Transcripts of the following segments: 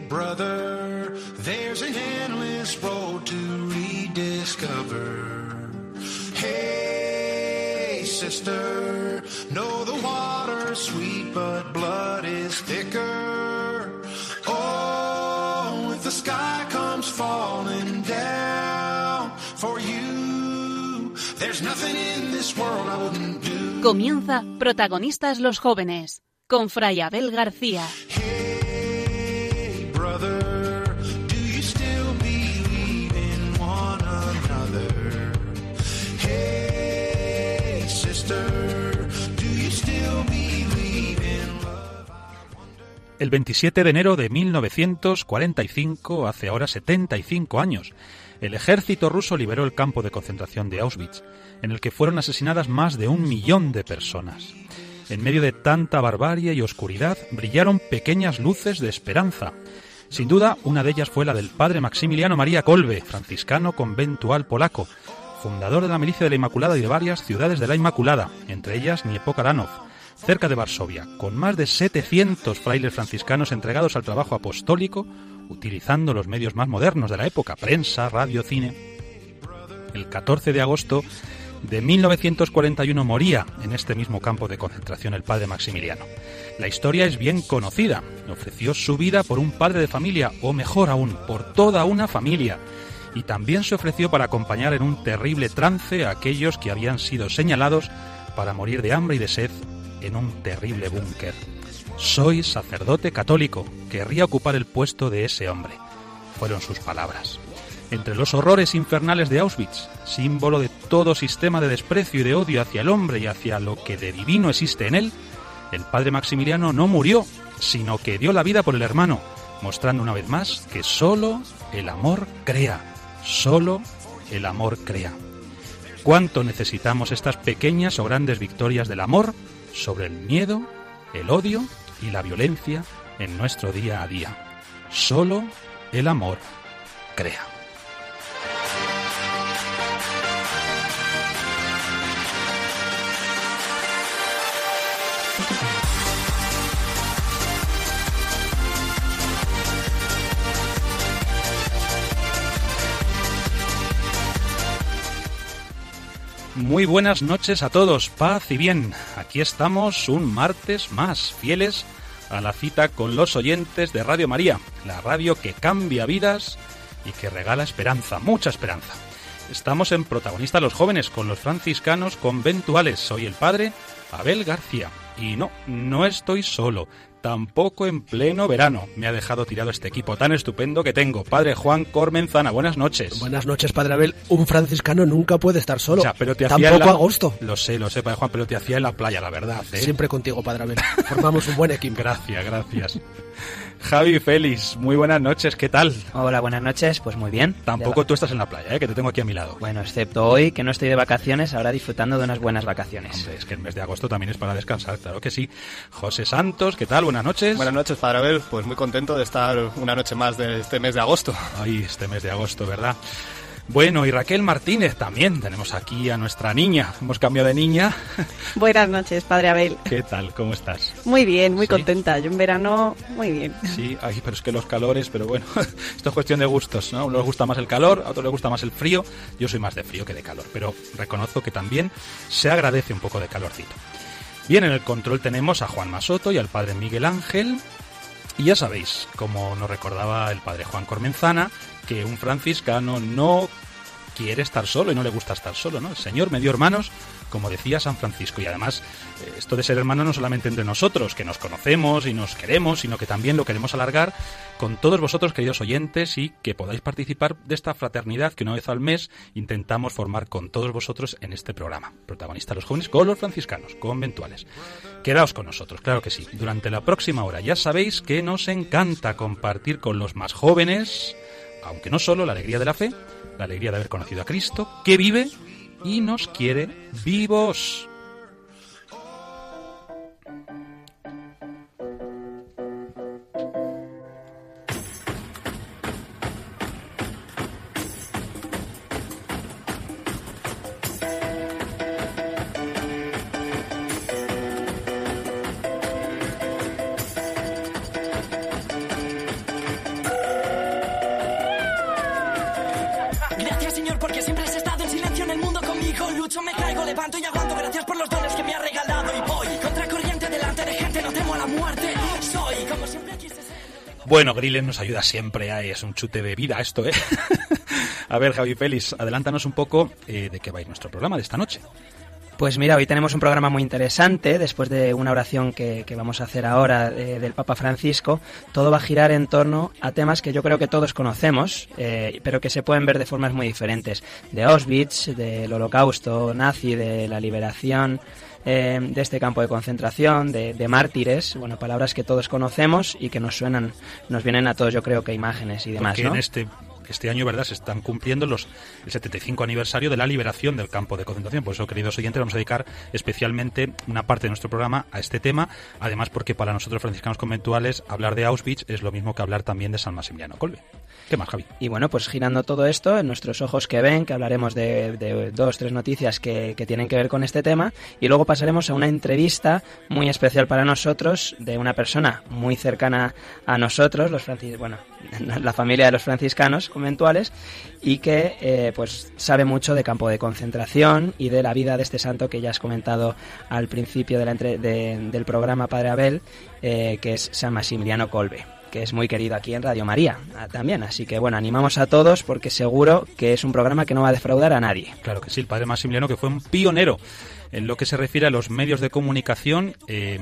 brother, there's an endless road to rediscover. Hey, sister, know the water's sweet, but blood is thicker. Oh, if the sky comes falling down for you, there's nothing in this world I wouldn't do. Comienza Protagonistas los Jóvenes, con Fray Abel García. Hey, brother, do you still believe in one another? Hey, sister, do you still believe in love? El 27 de enero de 1945, hace ahora 75 años, el ejército ruso liberó el campo de concentración de Auschwitz, en el que fueron asesinadas más de 1 millón de personas. En medio de tanta barbarie y oscuridad, brillaron pequeñas luces de esperanza. Sin duda, una de ellas fue la del padre Maximiliano María Kolbe, franciscano conventual polaco, fundador de la Milicia de la Inmaculada y de varias ciudades de la Inmaculada, entre ellas Niepokalanów, cerca de Varsovia, con más de 700 frailes franciscanos entregados al trabajo apostólico, utilizando los medios más modernos de la época, prensa, radio, cine. El 14 de agosto de 1941 moría en este mismo campo de concentración el padre Maximiliano. La historia es bien conocida. Ofreció su vida por un padre de familia, o mejor aún, por toda una familia. Y también se ofreció para acompañar en un terrible trance a aquellos que habían sido señalados para morir de hambre y de sed en un terrible búnker. Soy sacerdote católico, querría ocupar el puesto de ese hombre. Fueron sus palabras. Entre los horrores infernales de Auschwitz, símbolo de todo sistema de desprecio y de odio hacia el hombre y hacia lo que de divino existe en él, el padre Maximiliano no murió, sino que dio la vida por el hermano, mostrando una vez más que solo el amor crea, solo el amor crea. ¿Cuánto necesitamos estas pequeñas o grandes victorias del amor sobre el miedo, el odio y la violencia en nuestro día a día? Solo el amor crea. Muy buenas noches a todos, paz y bien. Aquí estamos un martes más, fieles a la cita con los oyentes de Radio María, la radio que cambia vidas y que regala esperanza, mucha esperanza. Estamos en Protagonistas los Jóvenes con los franciscanos conventuales. Soy el padre Abel García y no estoy solo. Tampoco en pleno verano. Me ha dejado tirado este equipo tan estupendo que tengo. Padre Juan Cormenzana, buenas noches. Buenas noches, Padre Abel. Un franciscano nunca puede estar solo. O sea, pero te tampoco agosto. Lo sé, Padre Juan, pero te hacía en la playa, la verdad, ¿eh? Siempre contigo, Padre Abel. Formamos un buen equipo. Gracias. Javi Félix, muy buenas noches, ¿qué tal? Hola, buenas noches, pues muy bien. Tampoco tú estás en la playa, que te tengo aquí a mi lado. Bueno, excepto hoy, que no estoy de vacaciones, ahora disfrutando de unas buenas vacaciones. Hombre, es que el mes de agosto también es para descansar, claro que sí. José Santos, ¿qué tal? Buenas noches. Buenas noches, Padre Abel, pues muy contento de estar una noche más de este mes de agosto. Ay, este mes de agosto, ¿verdad? Bueno, y Raquel Martínez también, tenemos aquí a nuestra niña, hemos cambiado de niña. Buenas noches, Padre Abel. ¿Qué tal? ¿Cómo estás? Muy bien, muy ¿Sí? Contenta, yo en verano muy bien. Sí, ay, pero es que los calores, pero bueno, esto es cuestión de gustos, ¿no? A uno les gusta más el calor, a otros les gusta más el frío, yo soy más de frío que de calor, pero reconozco que también se agradece un poco de calorcito. Bien, en el control tenemos a Juan Masoto y al Padre Miguel Ángel, y ya sabéis, como nos recordaba el Padre Juan Cormenzana, que un franciscano no quiere estar solo y no le gusta estar solo, ¿no? El Señor me dio hermanos, como decía San Francisco, y además esto de ser hermanos no solamente entre nosotros, que nos conocemos y nos queremos, sino que también lo queremos alargar con todos vosotros, queridos oyentes, y que podáis participar de esta fraternidad que una vez al mes intentamos formar con todos vosotros en este programa. Protagonistas los Jóvenes con los franciscanos conventuales. Quedaos con nosotros, claro que sí. Durante la próxima hora ya sabéis que nos encanta compartir con los más jóvenes, aunque no solo la alegría de la fe, la alegría de haber conocido a Cristo, que vive y nos quiere vivos. Bueno, Grillen nos ayuda siempre, es un chute de vida esto, ¿eh? A ver, Javi Félix, adelántanos un poco de qué va a ir nuestro programa de esta noche. Pues mira, hoy tenemos un programa muy interesante, después de una oración que vamos a hacer ahora del Papa Francisco. Todo va a girar en torno a temas que yo creo que todos conocemos, pero que se pueden ver de formas muy diferentes. De Auschwitz, del Holocausto nazi, de la liberación de este campo de concentración, de mártires, bueno, palabras que todos conocemos y que nos vienen a todos, yo creo que imágenes y demás, porque ¿no? Este año, ¿verdad?, se están cumpliendo el 75 aniversario de la liberación del campo de concentración. Por eso, queridos oyentes, vamos a dedicar especialmente una parte de nuestro programa a este tema. Además, porque para nosotros franciscanos conventuales hablar de Auschwitz es lo mismo que hablar también de San Maximiliano Kolbe. ¿Qué más, Javi? Y bueno, pues girando todo esto, en nuestros ojos que ven, que hablaremos de 2-3 noticias que tienen que ver con este tema, y luego pasaremos a una entrevista muy especial para nosotros de una persona muy cercana a nosotros, la familia de los franciscanos conventuales, y que pues sabe mucho de campo de concentración y de la vida de este santo que ya has comentado al principio del programa, Padre Abel, que es San Maximiliano Kolbe, que es muy querido aquí en Radio María también. Así que bueno, animamos a todos porque seguro que es un programa que no va a defraudar a nadie. Claro que sí, el Padre Maximiliano, que fue un pionero en lo que se refiere a los medios de comunicación,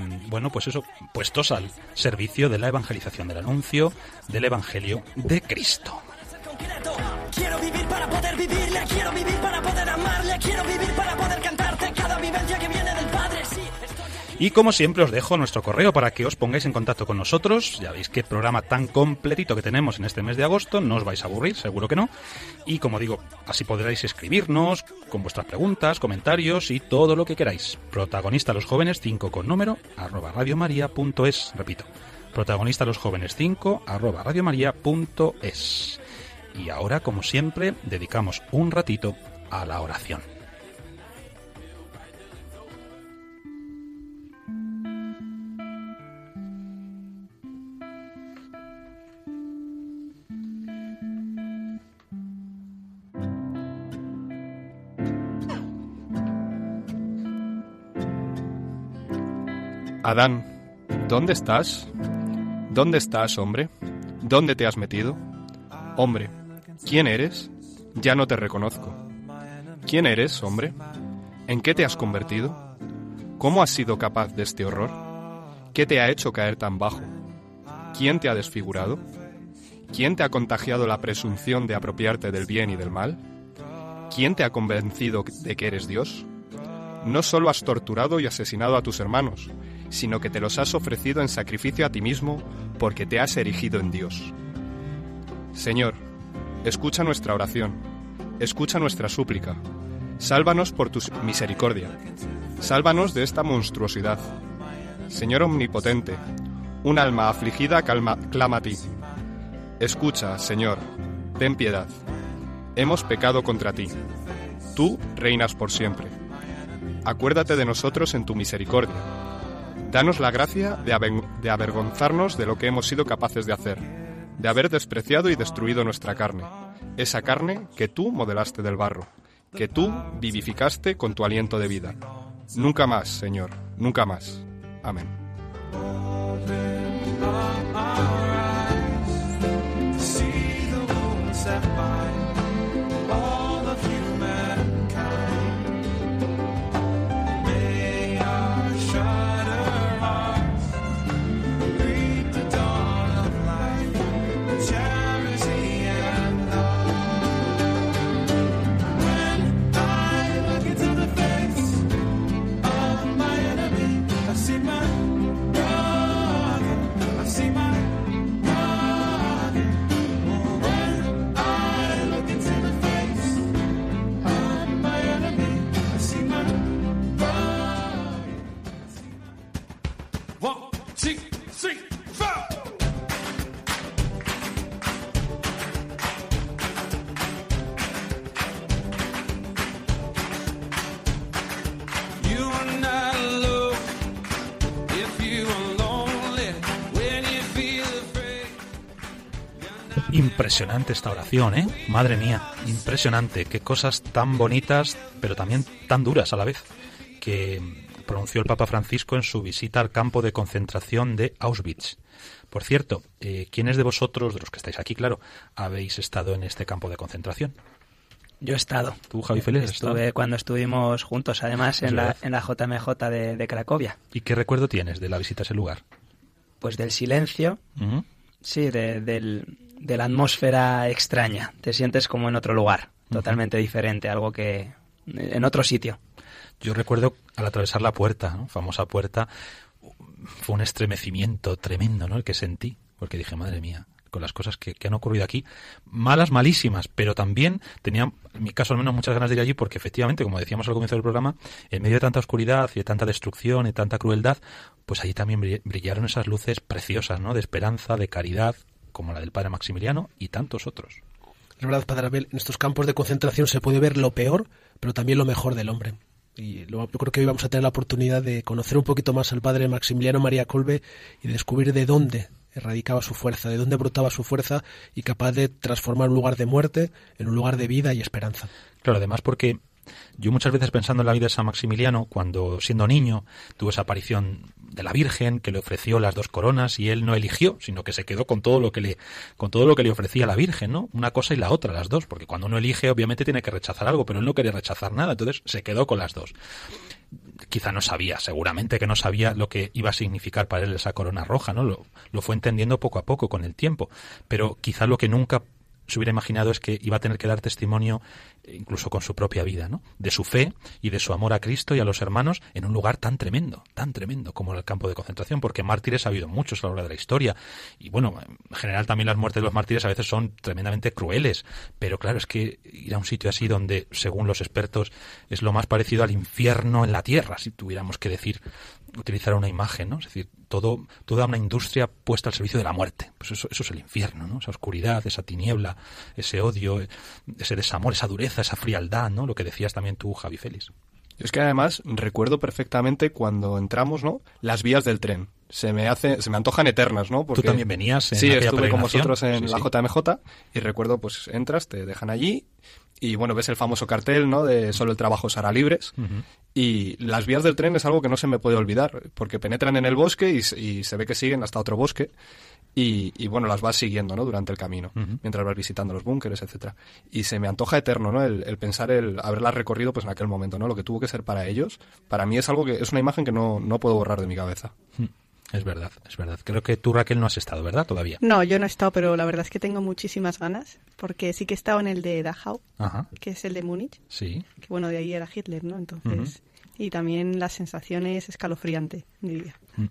puestos al servicio de la evangelización, del anuncio del Evangelio de Cristo. Quiero vivir para poder vivirle, quiero vivir para poder amarle, quiero vivir para poder cantarte cada vivencia que viene del Padre, sí. Y como siempre os dejo nuestro correo para que os pongáis en contacto con nosotros. Ya veis qué programa tan completito que tenemos en este mes de agosto, no os vais a aburrir, seguro que no. Y como digo, así podréis escribirnos con vuestras preguntas, comentarios y todo lo que queráis. Protagonista los jóvenes 5 con número @radiomaria.es. Repito, protagonista los jóvenes 5 @radiomaria.es. Y ahora, como siempre, dedicamos un ratito a la oración. Adán, ¿dónde estás? ¿Dónde estás, hombre? ¿Dónde te has metido? Hombre, ¿quién eres? Ya no te reconozco. ¿Quién eres, hombre? ¿En qué te has convertido? ¿Cómo has sido capaz de este horror? ¿Qué te ha hecho caer tan bajo? ¿Quién te ha desfigurado? ¿Quién te ha contagiado la presunción de apropiarte del bien y del mal? ¿Quién te ha convencido de que eres Dios? No solo has torturado y asesinado a tus hermanos, sino que te los has ofrecido en sacrificio a ti mismo porque te has erigido en Dios. Señor, escucha nuestra oración, escucha nuestra súplica, sálvanos por tu misericordia, sálvanos de esta monstruosidad. Señor omnipotente, un alma afligida clama a ti. Escucha, Señor, ten piedad. Hemos pecado contra ti. Tú reinas por siempre. Acuérdate de nosotros en tu misericordia. Danos la gracia de avergonzarnos de lo que hemos sido capaces de hacer, de haber despreciado y destruido nuestra carne, esa carne que tú modelaste del barro, que tú vivificaste con tu aliento de vida. Nunca más, Señor, nunca más. Amén. Impresionante esta oración, ¿eh? Madre mía, impresionante. Qué cosas tan bonitas, pero también tan duras a la vez, que pronunció el Papa Francisco en su visita al campo de concentración de Auschwitz. Por cierto, ¿quiénes de vosotros, de los que estáis aquí, claro, habéis estado en este campo de concentración? Yo he estado. ¿Tú, Javi Félix? Estuve cuando estuvimos juntos, además, en la JMJ de Cracovia. ¿Y qué recuerdo tienes de la visita a ese lugar? Pues del silencio, sí, de la atmósfera extraña. Te sientes como en otro lugar, totalmente diferente, algo que en otro sitio. Yo recuerdo al atravesar la puerta, ¿no? Famosa puerta, fue un estremecimiento tremendo, ¿no? El que sentí, porque dije, madre mía, con las cosas que han ocurrido aquí, malas, malísimas, pero también tenía, en mi caso al menos, muchas ganas de ir allí porque efectivamente, como decíamos al comienzo del programa, en medio de tanta oscuridad y de tanta destrucción y tanta crueldad, pues allí también brillaron esas luces preciosas, ¿no? De esperanza, de caridad, como la del padre Maximiliano y tantos otros. Es verdad, padre Abel, en estos campos de concentración se puede ver lo peor, pero también lo mejor del hombre. Y yo creo que hoy vamos a tener la oportunidad de conocer un poquito más al padre Maximiliano María Kolbe y descubrir de dónde radicaba su fuerza, de dónde brotaba su fuerza y capaz de transformar un lugar de muerte en un lugar de vida y esperanza. Claro, además porque yo muchas veces pensando en la vida de San Maximiliano, cuando siendo niño tuvo esa aparición de la Virgen que le ofreció las 2 coronas y él no eligió, sino que se quedó con todo lo que le ofrecía la Virgen, ¿no? Una cosa y la otra, las dos, porque cuando uno elige obviamente tiene que rechazar algo, pero él no quería rechazar nada, entonces se quedó con las 2. Quizá no sabía, seguramente que no sabía lo que iba a significar para él esa corona roja, ¿no? Lo fue entendiendo poco a poco con el tiempo, pero quizá lo que nunca se hubiera imaginado es que iba a tener que dar testimonio, incluso con su propia vida, ¿no? De su fe y de su amor a Cristo y a los hermanos en un lugar tan tremendo como el campo de concentración, porque mártires ha habido muchos a lo largo de la historia. Y bueno, en general también las muertes de los mártires a veces son tremendamente crueles, pero claro, es que ir a un sitio así donde, según los expertos, es lo más parecido al infierno en la tierra, si tuviéramos que utilizar una imagen, ¿no? Es decir, toda una industria puesta al servicio de la muerte. Pues eso es el infierno, ¿no? Esa oscuridad, esa tiniebla, ese odio, ese desamor, esa dureza, esa frialdad, ¿no? Lo que decías también tú, Javi Félix. Yo es que además recuerdo perfectamente cuando entramos, ¿no? Las vías del tren. Se me antojan eternas, ¿no? Porque tú también venías en sí, aquella estuve con peregrinación. vosotros en Sí, la sí. JMJ y recuerdo, pues entras, te dejan allí y bueno, ves el famoso cartel, ¿no? De solo el trabajo os hará libres. Uh-huh. Y las vías del tren es algo que no se me puede olvidar, porque penetran en el bosque y se ve que siguen hasta otro bosque. Y bueno, las vas siguiendo, ¿no? Durante el camino, mientras vas visitando los búnkeres, etcétera. Y se me antoja eterno, ¿no? El pensar, haberlas recorrido pues en aquel momento, ¿no? Lo que tuvo que ser para ellos. Para mí es algo que es una imagen que no puedo borrar de mi cabeza. Es verdad, es verdad. Creo que tú, Raquel, no has estado, ¿verdad? Todavía. No, yo no he estado, pero la verdad es que tengo muchísimas ganas, porque sí que he estado en el de Dachau, Ajá. que es el de Múnich, Sí. que bueno, de ahí era Hitler, ¿no? Entonces, y también la sensación es escalofriante, diría.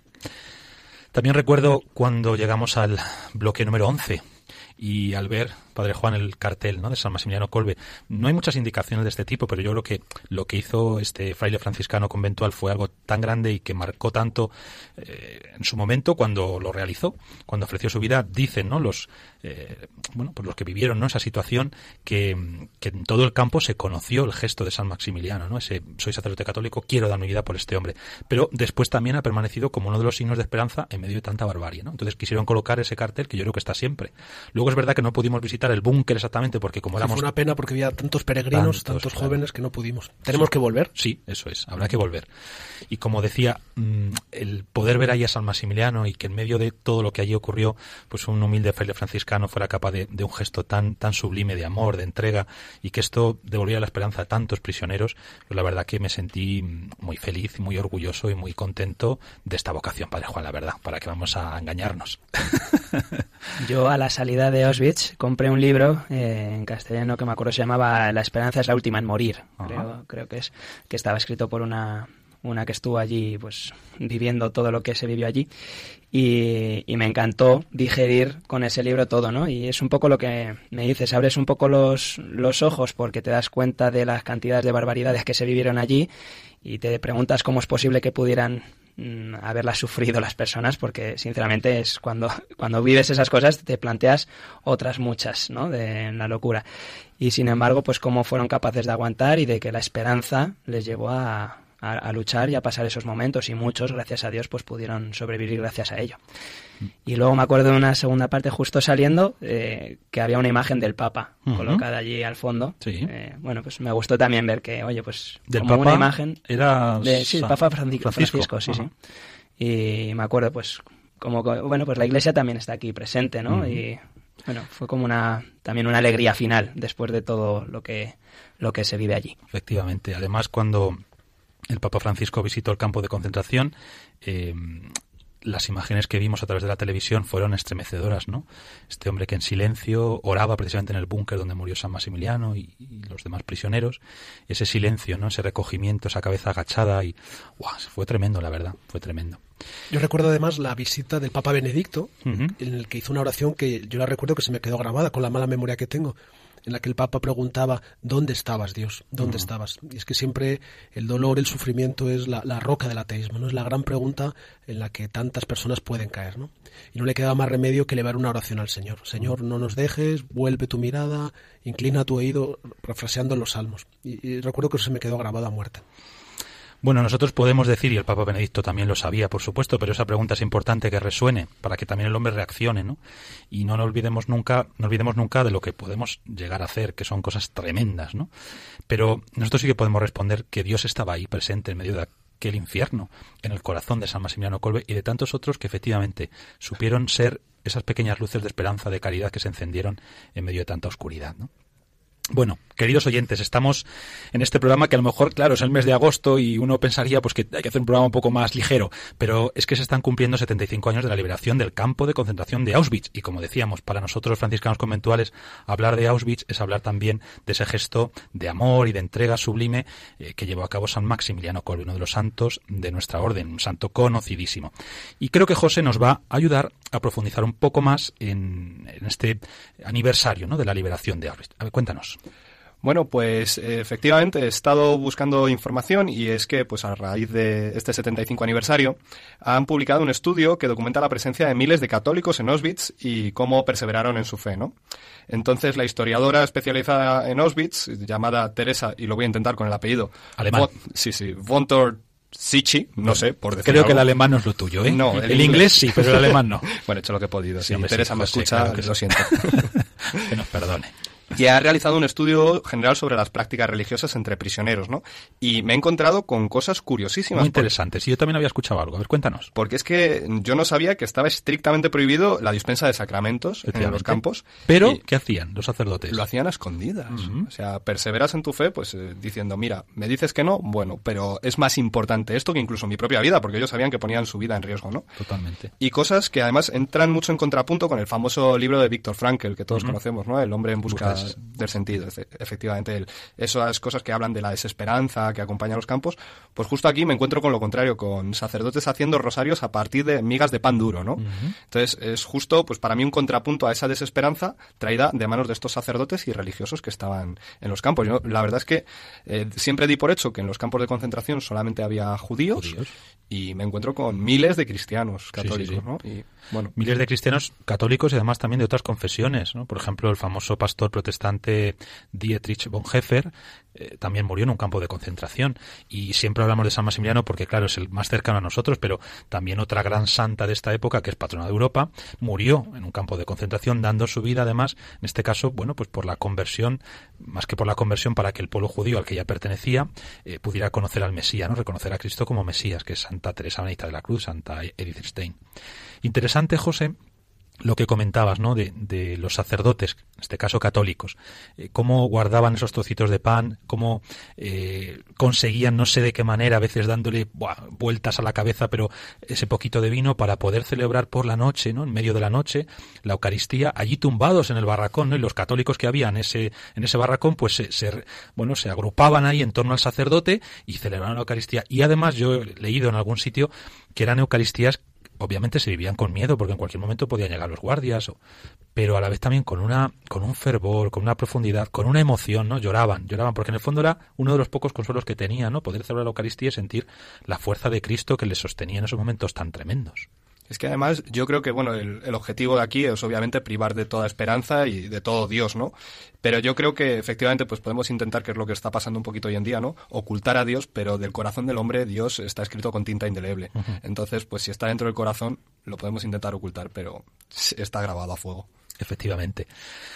También recuerdo cuando llegamos al bloque número 11 y al ver, Padre Juan, el cartel, ¿no? De San Maximiliano Kolbe. No hay muchas indicaciones de este tipo, pero yo creo que lo que hizo este fraile franciscano conventual fue algo tan grande y que marcó tanto en su momento cuando lo realizó, cuando ofreció su vida. Dicen, ¿no? Los que vivieron, ¿no? Esa situación, que en todo el campo se conoció el gesto de San Maximiliano, ¿no? Ese soy sacerdote católico, quiero dar mi vida por este hombre. Pero después también ha permanecido como uno de los signos de esperanza en medio de tanta barbarie, ¿no? Entonces quisieron colocar ese cartel que yo creo que está siempre. Luego es verdad que no pudimos visitar el búnker exactamente porque como éramos... Fue una pena porque había tantos peregrinos, tantos jóvenes que no pudimos. ¿Tenemos que volver? Sí, eso es, habrá que volver. Y como decía, el poder ver ahí a San Maximiliano y que en medio de todo lo que allí ocurrió, pues un humilde fraile franciscano fuera capaz de un gesto tan sublime de amor, de entrega, y que esto devolviera la esperanza a tantos prisioneros, pues la verdad que me sentí muy feliz, muy orgulloso y muy contento de esta vocación, Padre Juan, la verdad, para que vamos a engañarnos. Yo a la salida de Auschwitz compré un libro en castellano que me acuerdo se llamaba La esperanza es la última en morir. Creo que estaba escrito por una que estuvo allí pues viviendo todo lo que se vivió allí y me encantó digerir con ese libro todo, ¿no? Y es un poco lo que me dices, abres un poco los ojos porque te das cuenta de las cantidades de barbaridades que se vivieron allí y te preguntas cómo es posible que pudieran haberlas sufrido las personas, porque sinceramente es cuando vives esas cosas te planteas otras muchas, ¿no? De la locura. Y sin embargo, pues cómo fueron capaces de aguantar y de que la esperanza les llevó a a luchar y a pasar esos momentos, y muchos, gracias a Dios, pues pudieron sobrevivir gracias a ello. Y luego me acuerdo de una segunda parte justo saliendo, que había una imagen del Papa colocada allí al fondo. Sí. Bueno, pues me gustó también ver que, oye, pues del como Papa una imagen era el Papa Francisco, sí, sí. Y me acuerdo, pues, como, bueno, pues la Iglesia también está aquí presente, ¿no? Y bueno, fue como también una alegría final después de todo lo que se vive allí. Efectivamente. Además, cuando el Papa Francisco visitó el campo de concentración, las imágenes que vimos a través de la televisión fueron estremecedoras, ¿no? Este hombre que en silencio oraba precisamente en el búnker donde murió San Maximiliano y los demás prisioneros. Ese silencio, ¿no? Ese recogimiento, esa cabeza agachada y ¡guau! Fue tremendo, la verdad, fue tremendo. Yo recuerdo además la visita del Papa Benedicto, en el que hizo una oración que yo la recuerdo que se me quedó grabada con la mala memoria que tengo, en la que el Papa preguntaba: ¿dónde estabas, Dios? ¿Dónde estabas? Y es que siempre el dolor, el sufrimiento es la roca del ateísmo, ¿no? Es la gran pregunta en la que tantas personas pueden caer, ¿no? Y no le quedaba más remedio que elevar una oración al Señor. Señor, no nos dejes, vuelve tu mirada, inclina tu oído, refraseando los salmos. Y recuerdo que eso se me quedó grabado a muerte. Bueno, nosotros podemos decir, y el Papa Benedicto también lo sabía, por supuesto, pero esa pregunta es importante que resuene para que también el hombre reaccione, ¿no? Y no olvidemos nunca de lo que podemos llegar a hacer, que son cosas tremendas, ¿no? Pero nosotros sí que podemos responder que Dios estaba ahí presente en medio de aquel infierno, en el corazón de San Maximiliano Kolbe y de tantos otros que efectivamente supieron ser esas pequeñas luces de esperanza, de caridad que se encendieron en medio de tanta oscuridad, ¿no? Bueno, queridos oyentes, estamos en este programa que a lo mejor, claro, es el mes de agosto y uno pensaría pues que hay que hacer un programa un poco más ligero, pero es que se están cumpliendo 75 años de la liberación del campo de concentración de Auschwitz y, como decíamos, para nosotros los franciscanos conventuales hablar de Auschwitz es hablar también de ese gesto de amor y de entrega sublime que llevó a cabo San Maximiliano Kolbe, uno de los santos de nuestra orden, un santo conocidísimo. Y creo que José nos va a ayudar a profundizar un poco más en este aniversario, ¿no?, de la liberación de Auschwitz. A ver, cuéntanos. Bueno, pues efectivamente he estado buscando información y es que pues a raíz de este 75 aniversario han publicado un estudio que documenta la presencia de miles de católicos en Auschwitz y cómo perseveraron en su fe, ¿no? Entonces la historiadora especializada en Auschwitz, llamada Teresa, y lo voy a intentar con el apellido, alemán. Von Sichi, no sé, por decirlo. Creo que el alemán no es lo tuyo, ¿eh? No, el inglés sí, pero el alemán no. Bueno, he hecho lo que he podido. Sí, Si Teresa me escucha, claro que lo siento. Que nos perdone. Y ha realizado un estudio general sobre las prácticas religiosas entre prisioneros, ¿no? Y me he encontrado con cosas curiosísimas. Muy interesantes. Y yo también había escuchado algo. A ver, cuéntanos. Porque es que yo no sabía que estaba estrictamente prohibido la dispensa de sacramentos en los campos. Pero, ¿qué hacían los sacerdotes? Lo hacían a escondidas. O sea, perseveras en tu fe, pues diciendo, mira, me dices que no, bueno, pero es más importante esto que incluso mi propia vida, porque ellos sabían que ponían su vida en riesgo, ¿no? Totalmente. Y cosas que además entran mucho en contrapunto con el famoso libro de Viktor Frankl, que todos conocemos, ¿no? El hombre en busca del sentido. Efectivamente, esas cosas que hablan de la desesperanza que acompaña a los campos, pues justo aquí me encuentro con lo contrario, con sacerdotes haciendo rosarios a partir de migas de pan duro, ¿no? Entonces es justo, pues para mí, un contrapunto a esa desesperanza traída de manos de estos sacerdotes y religiosos que estaban en los campos. Yo, la verdad es que siempre di por hecho que en los campos de concentración solamente había judíos. Y me encuentro con miles de cristianos católicos, ¿no? Y, bueno, miles de cristianos católicos y además también de otras confesiones, ¿no? Por ejemplo, el famoso pastor protestante Dietrich Bonhoeffer también murió en un campo de concentración. Y siempre hablamos de San Maximiliano porque, claro, es el más cercano a nosotros, pero también otra gran santa de esta época, que es patrona de Europa, murió en un campo de concentración, dando su vida, además, en este caso, bueno, pues por la conversión, más que por la conversión, para que el pueblo judío al que ella pertenecía pudiera conocer al Mesías, ¿no? Reconocer a Cristo como Mesías, que es Santa Teresa Benedicta de la Cruz, Santa Edith Stein. Interesante, José, lo que comentabas, ¿no?, de los sacerdotes, en este caso católicos, cómo guardaban esos trocitos de pan, cómo conseguían, no sé de qué manera, a veces dándole vueltas a la cabeza, pero ese poquito de vino para poder celebrar por la noche, ¿no?, en medio de la noche, la Eucaristía, allí tumbados en el barracón, ¿no? Y los católicos que había en ese barracón, pues se agrupaban ahí en torno al sacerdote y celebraban la Eucaristía. Y además yo he leído en algún sitio que eran Eucaristías, obviamente se vivían con miedo porque en cualquier momento podían llegar los guardias, pero a la vez también con un fervor, con una profundidad, con una emoción, ¿no? Lloraban porque en el fondo era uno de los pocos consuelos que tenía, ¿no? Poder celebrar la Eucaristía y sentir la fuerza de Cristo que les sostenía en esos momentos tan tremendos. Es que además yo creo que bueno el objetivo de aquí es obviamente privar de toda esperanza y de todo Dios, ¿no? Pero yo creo que efectivamente pues podemos intentar, que es lo que está pasando un poquito hoy en día, ¿no? Ocultar a Dios, pero del corazón del hombre Dios está escrito con tinta indeleble. Uh-huh. Entonces, pues si está dentro del corazón lo podemos intentar ocultar, pero está grabado a fuego. Efectivamente.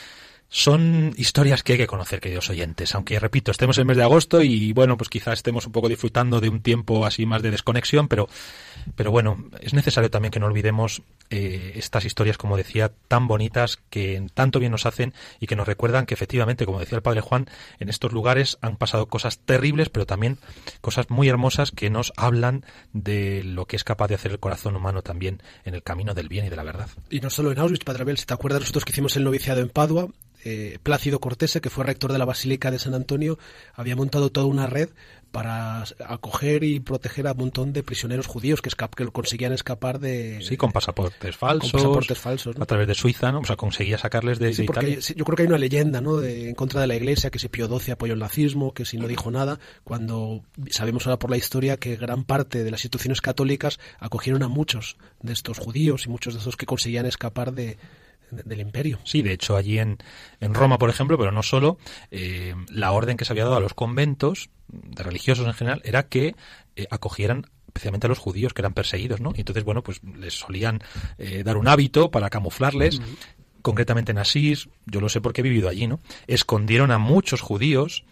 Son historias que hay que conocer, queridos oyentes, aunque, repito, estemos en el mes de agosto y, bueno, pues quizás estemos un poco disfrutando de un tiempo así más de desconexión, pero bueno, es necesario también que no olvidemos estas historias, como decía, tan bonitas, que tanto bien nos hacen y que nos recuerdan que, efectivamente, como decía el Padre Juan, en estos lugares han pasado cosas terribles, pero también cosas muy hermosas que nos hablan de lo que es capaz de hacer el corazón humano también en el camino del bien y de la verdad. Y no solo en Auschwitz, Padre Abel, si te acuerdas, nosotros que hicimos el noviciado en Padua, Plácido Cortese, que fue rector de la Basílica de San Antonio, había montado toda una red para acoger y proteger a un montón de prisioneros judíos que conseguían escapar de... Sí, con pasaportes falsos. ¿No? A través de Suiza, ¿no? O sea, conseguía sacarles de Italia. Yo creo que hay una leyenda, ¿no?, en contra de la Iglesia, que si Pío XII apoyó el nazismo, que si no dijo nada, cuando sabemos ahora por la historia que gran parte de las instituciones católicas acogieron a muchos de estos judíos y muchos de esos que conseguían escapar del imperio. Sí, de hecho allí en Roma, por ejemplo, pero no solo, la orden que se había dado a los conventos de religiosos en general era que acogieran especialmente a los judíos que eran perseguidos, ¿no? Y entonces, bueno, pues les solían dar un hábito para camuflarles. Uh-huh. Concretamente en Asís, yo lo sé porque he vivido allí, ¿no? Escondieron a muchos judíos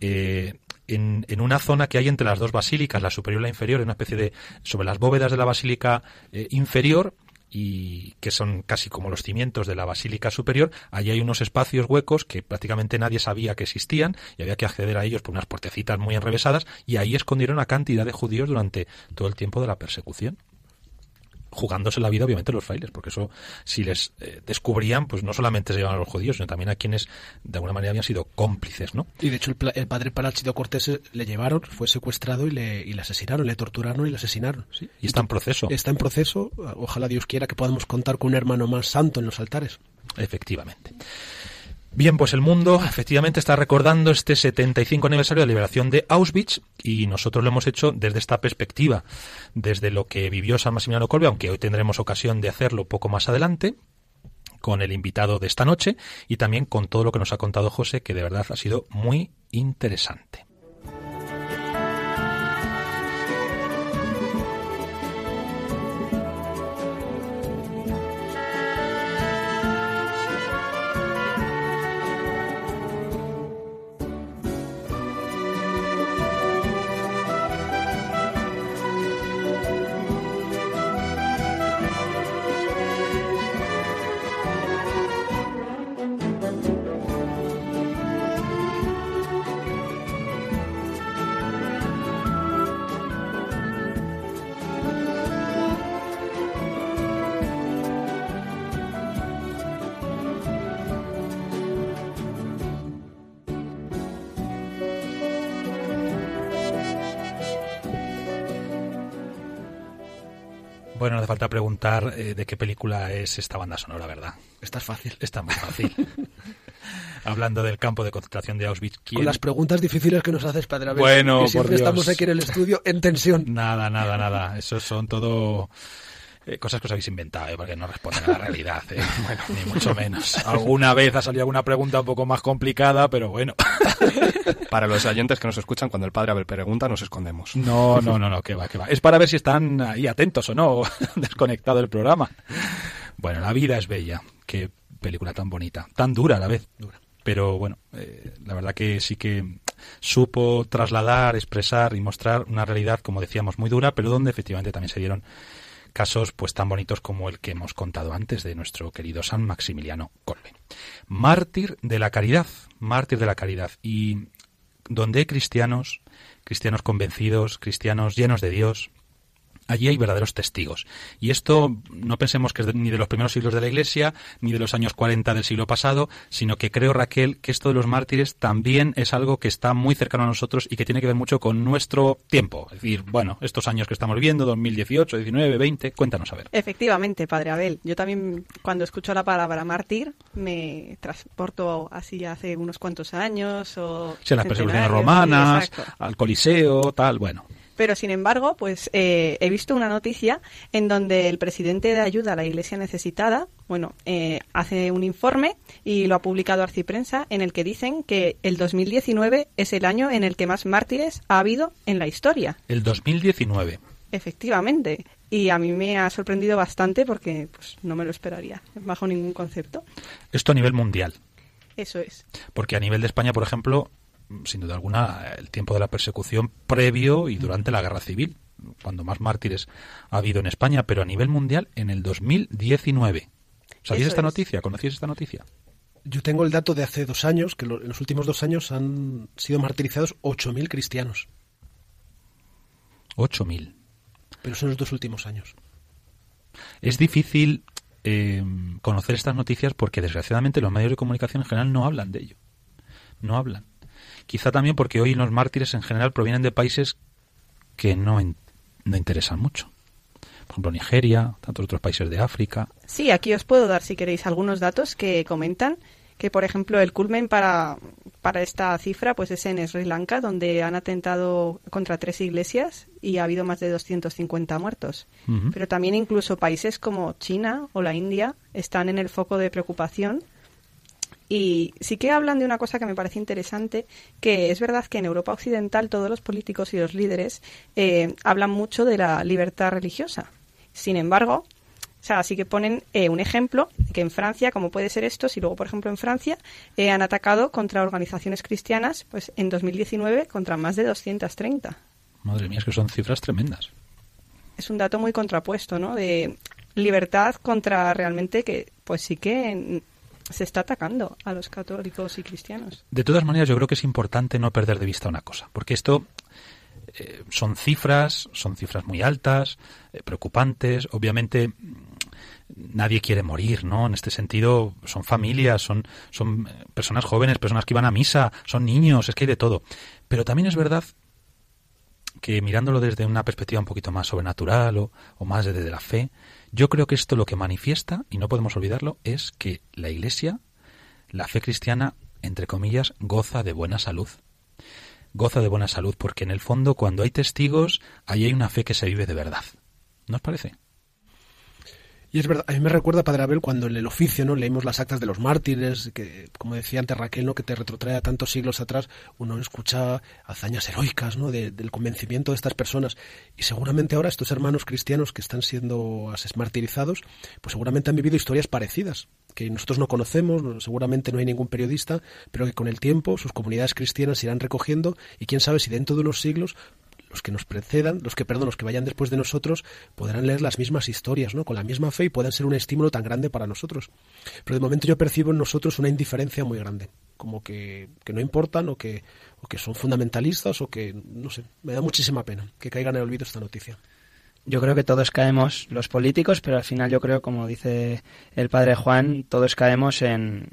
en una zona que hay entre las dos basílicas, la superior y la inferior, en una especie de... sobre las bóvedas de la basílica inferior, y que son casi como los cimientos de la basílica superior. Allí hay unos espacios huecos que prácticamente nadie sabía que existían y había que acceder a ellos por unas puertecitas muy enrevesadas, y ahí escondieron a cantidad de judíos durante todo el tiempo de la persecución, jugándose la vida obviamente los frailes, porque eso, si les descubrían, pues no solamente se llevaban a los judíos, sino también a quienes de alguna manera habían sido cómplices, ¿no? Y de hecho el padre Plácido Cortés le llevaron, fue secuestrado y le asesinaron, le torturaron y le asesinaron. Sí, y está en proceso. Está en proceso, ojalá Dios quiera que podamos contar con un hermano más santo en los altares. Efectivamente. Bien, pues el mundo efectivamente está recordando este 75 aniversario de la liberación de Auschwitz, y nosotros lo hemos hecho desde esta perspectiva, desde lo que vivió San Maximiliano Kolbe, aunque hoy tendremos ocasión de hacerlo poco más adelante, con el invitado de esta noche y también con todo lo que nos ha contado José, que de verdad ha sido muy interesante. Bueno, no hace falta preguntar de qué película es esta banda sonora, ¿verdad? Esta es fácil. Está muy fácil. Hablando del campo de concentración de Auschwitz. Con las preguntas difíciles que nos haces, Padre Abel. Bueno, que siempre por Dios. Estamos aquí en el estudio en tensión. Nada. Eso son todo... cosas que os habéis inventado, porque no responden a la realidad, bueno, ni mucho menos. Alguna vez ha salido alguna pregunta un poco más complicada, pero bueno. Para los oyentes que nos escuchan, cuando el Padre Abel pregunta, nos escondemos. No, que va. Es para ver si están ahí atentos o no, desconectado el programa. Bueno, La vida es bella. Qué película tan bonita, tan dura a la vez. Dura. Pero bueno, la verdad que sí que supo trasladar, expresar y mostrar una realidad, como decíamos, muy dura, pero donde efectivamente también se dieron casos pues tan bonitos como el que hemos contado antes de nuestro querido San Maximiliano Kolbe. Mártir de la caridad. Y donde hay cristianos convencidos, cristianos llenos de Dios, allí hay verdaderos testigos. Y esto no pensemos que es ni de los primeros siglos de la Iglesia, ni de los años 40 del siglo pasado, sino que creo, Raquel, que esto de los mártires también es algo que está muy cercano a nosotros y que tiene que ver mucho con nuestro tiempo. Es decir, bueno, estos años que estamos viviendo, 2018, 19, 20, cuéntanos a ver. Efectivamente, Padre Abel. Yo también, cuando escucho la palabra mártir, me transporto así hace unos cuantos años. O sí, las persecuciones romanas, al Coliseo, tal, bueno. Pero, sin embargo, pues he visto una noticia en donde el presidente de Ayuda a la Iglesia Necesitada, hace un informe y lo ha publicado Arciprensa, en el que dicen que el 2019 es el año en el que más mártires ha habido en la historia. El 2019. Efectivamente. Y a mí me ha sorprendido bastante porque pues no me lo esperaría, bajo ningún concepto. Esto a nivel mundial. Eso es. Porque a nivel de España, por ejemplo, sin duda alguna, el tiempo de la persecución previo y durante la Guerra Civil, cuando más mártires ha habido en España, pero a nivel mundial en el 2019. ¿Sabíais esta noticia? ¿Conocíais esta noticia? Yo tengo el dato de hace 2 años, que en los últimos 2 años han sido martirizados 8.000 cristianos. 8.000. Pero son los 2 últimos años. Es difícil conocer estas noticias porque, desgraciadamente, los medios de comunicación en general no hablan de ello. No hablan. Quizá también porque hoy los mártires en general provienen de países que no interesan mucho. Por ejemplo, Nigeria, tantos otros países de África. Sí, aquí os puedo dar, si queréis, algunos datos que comentan que, por ejemplo, el culmen para esta cifra pues es en Sri Lanka, donde han atentado contra 3 iglesias y ha habido más de 250 muertos. Uh-huh. Pero también incluso países como China o la India están en el foco de preocupación. Y sí que hablan de una cosa que me parece interesante, que es verdad que en Europa Occidental todos los políticos y los líderes hablan mucho de la libertad religiosa. Sin embargo, sí que ponen un ejemplo, que en Francia, como puede ser esto, si luego, por ejemplo, en Francia han atacado contra organizaciones cristianas, pues en 2019 contra más de 230. Madre mía, es que son cifras tremendas. Es un dato muy contrapuesto, ¿no? De libertad contra realmente que, pues sí que se está atacando a los católicos y cristianos. De todas maneras, yo creo que es importante no perder de vista una cosa, porque esto son cifras muy altas, preocupantes. Obviamente nadie quiere morir, ¿no? En este sentido, son familias, son personas jóvenes, personas que van a misa, son niños, es que hay de todo. Pero también es verdad que, mirándolo desde una perspectiva un poquito más sobrenatural o más desde la fe, yo creo que esto lo que manifiesta, y no podemos olvidarlo, es que la Iglesia, la fe cristiana, entre comillas, goza de buena salud. Goza de buena salud porque, en el fondo, cuando hay testigos, ahí hay una fe que se vive de verdad. ¿No os parece? Y es verdad, a mí me recuerda, Padre Abel, cuando en el oficio, ¿no?, leímos las actas de los mártires, que, como decía antes Raquel, ¿no?, que te retrotrae a tantos siglos atrás, uno escucha hazañas heroicas, ¿no?, del convencimiento de estas personas. Y seguramente ahora estos hermanos cristianos que están siendo martirizados, pues seguramente han vivido historias parecidas, que nosotros no conocemos, seguramente no hay ningún periodista, pero que con el tiempo sus comunidades cristianas irán recogiendo, y quién sabe si dentro de unos siglos los que nos precedan, los que vayan después de nosotros, podrán leer las mismas historias, ¿no?, con la misma fe, y puedan ser un estímulo tan grande para nosotros. Pero de momento yo percibo en nosotros una indiferencia muy grande, como que no importan, o que son fundamentalistas, o que, no sé, me da muchísima pena que caigan en el olvido esta noticia. Yo creo que todos caemos, los políticos, pero al final yo creo, como dice el padre Juan, todos caemos en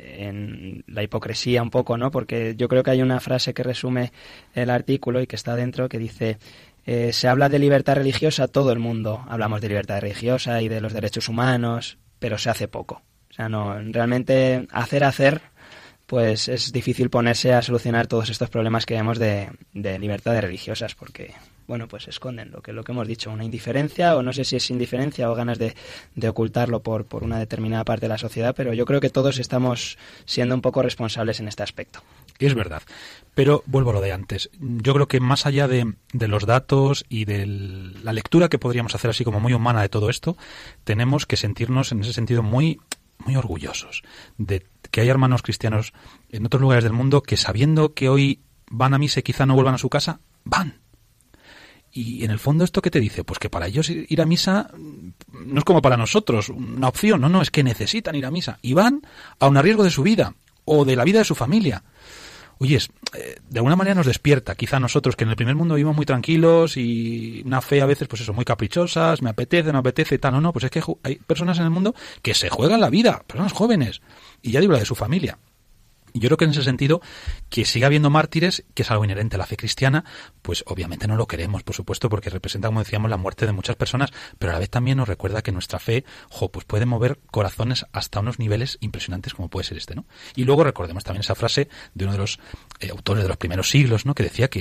la hipocresía un poco, ¿no? Porque yo creo que hay una frase que resume el artículo y que está dentro, que dice: se habla de libertad religiosa, todo el mundo hablamos de libertad religiosa y de los derechos humanos, pero se hace poco. O sea, no, realmente hacer, pues es difícil ponerse a solucionar todos estos problemas que vemos de libertades religiosas, porque, bueno, pues esconden lo que hemos dicho, una indiferencia, o no sé si es indiferencia o ganas de ocultarlo por una determinada parte de la sociedad, pero yo creo que todos estamos siendo un poco responsables en este aspecto. Es verdad, pero vuelvo a lo de antes. Yo creo que más allá de los datos y de la lectura que podríamos hacer así como muy humana de todo esto, tenemos que sentirnos en ese sentido muy, muy orgullosos de que hay hermanos cristianos en otros lugares del mundo que, sabiendo que hoy van a misa y quizá no vuelvan a su casa, van. Y en el fondo, ¿esto qué te dice? Pues que para ellos ir a misa no es como para nosotros una opción, no, es que necesitan ir a misa. Y van a un riesgo de su vida o de la vida de su familia. Oye, de alguna manera nos despierta, quizá nosotros, que en el primer mundo vivimos muy tranquilos y una fe a veces, pues eso, muy caprichosas, me apetece, tal, no, pues es que hay personas en el mundo que se juegan la vida, personas jóvenes, y ya digo, la de su familia. Y yo creo que en ese sentido, que siga habiendo mártires, que es algo inherente a la fe cristiana, pues obviamente no lo queremos, por supuesto, porque representa, como decíamos, la muerte de muchas personas, pero a la vez también nos recuerda que nuestra fe, pues puede mover corazones hasta unos niveles impresionantes como puede ser este, ¿no? Y luego recordemos también esa frase de uno de los autores de los primeros siglos, ¿no?, que decía que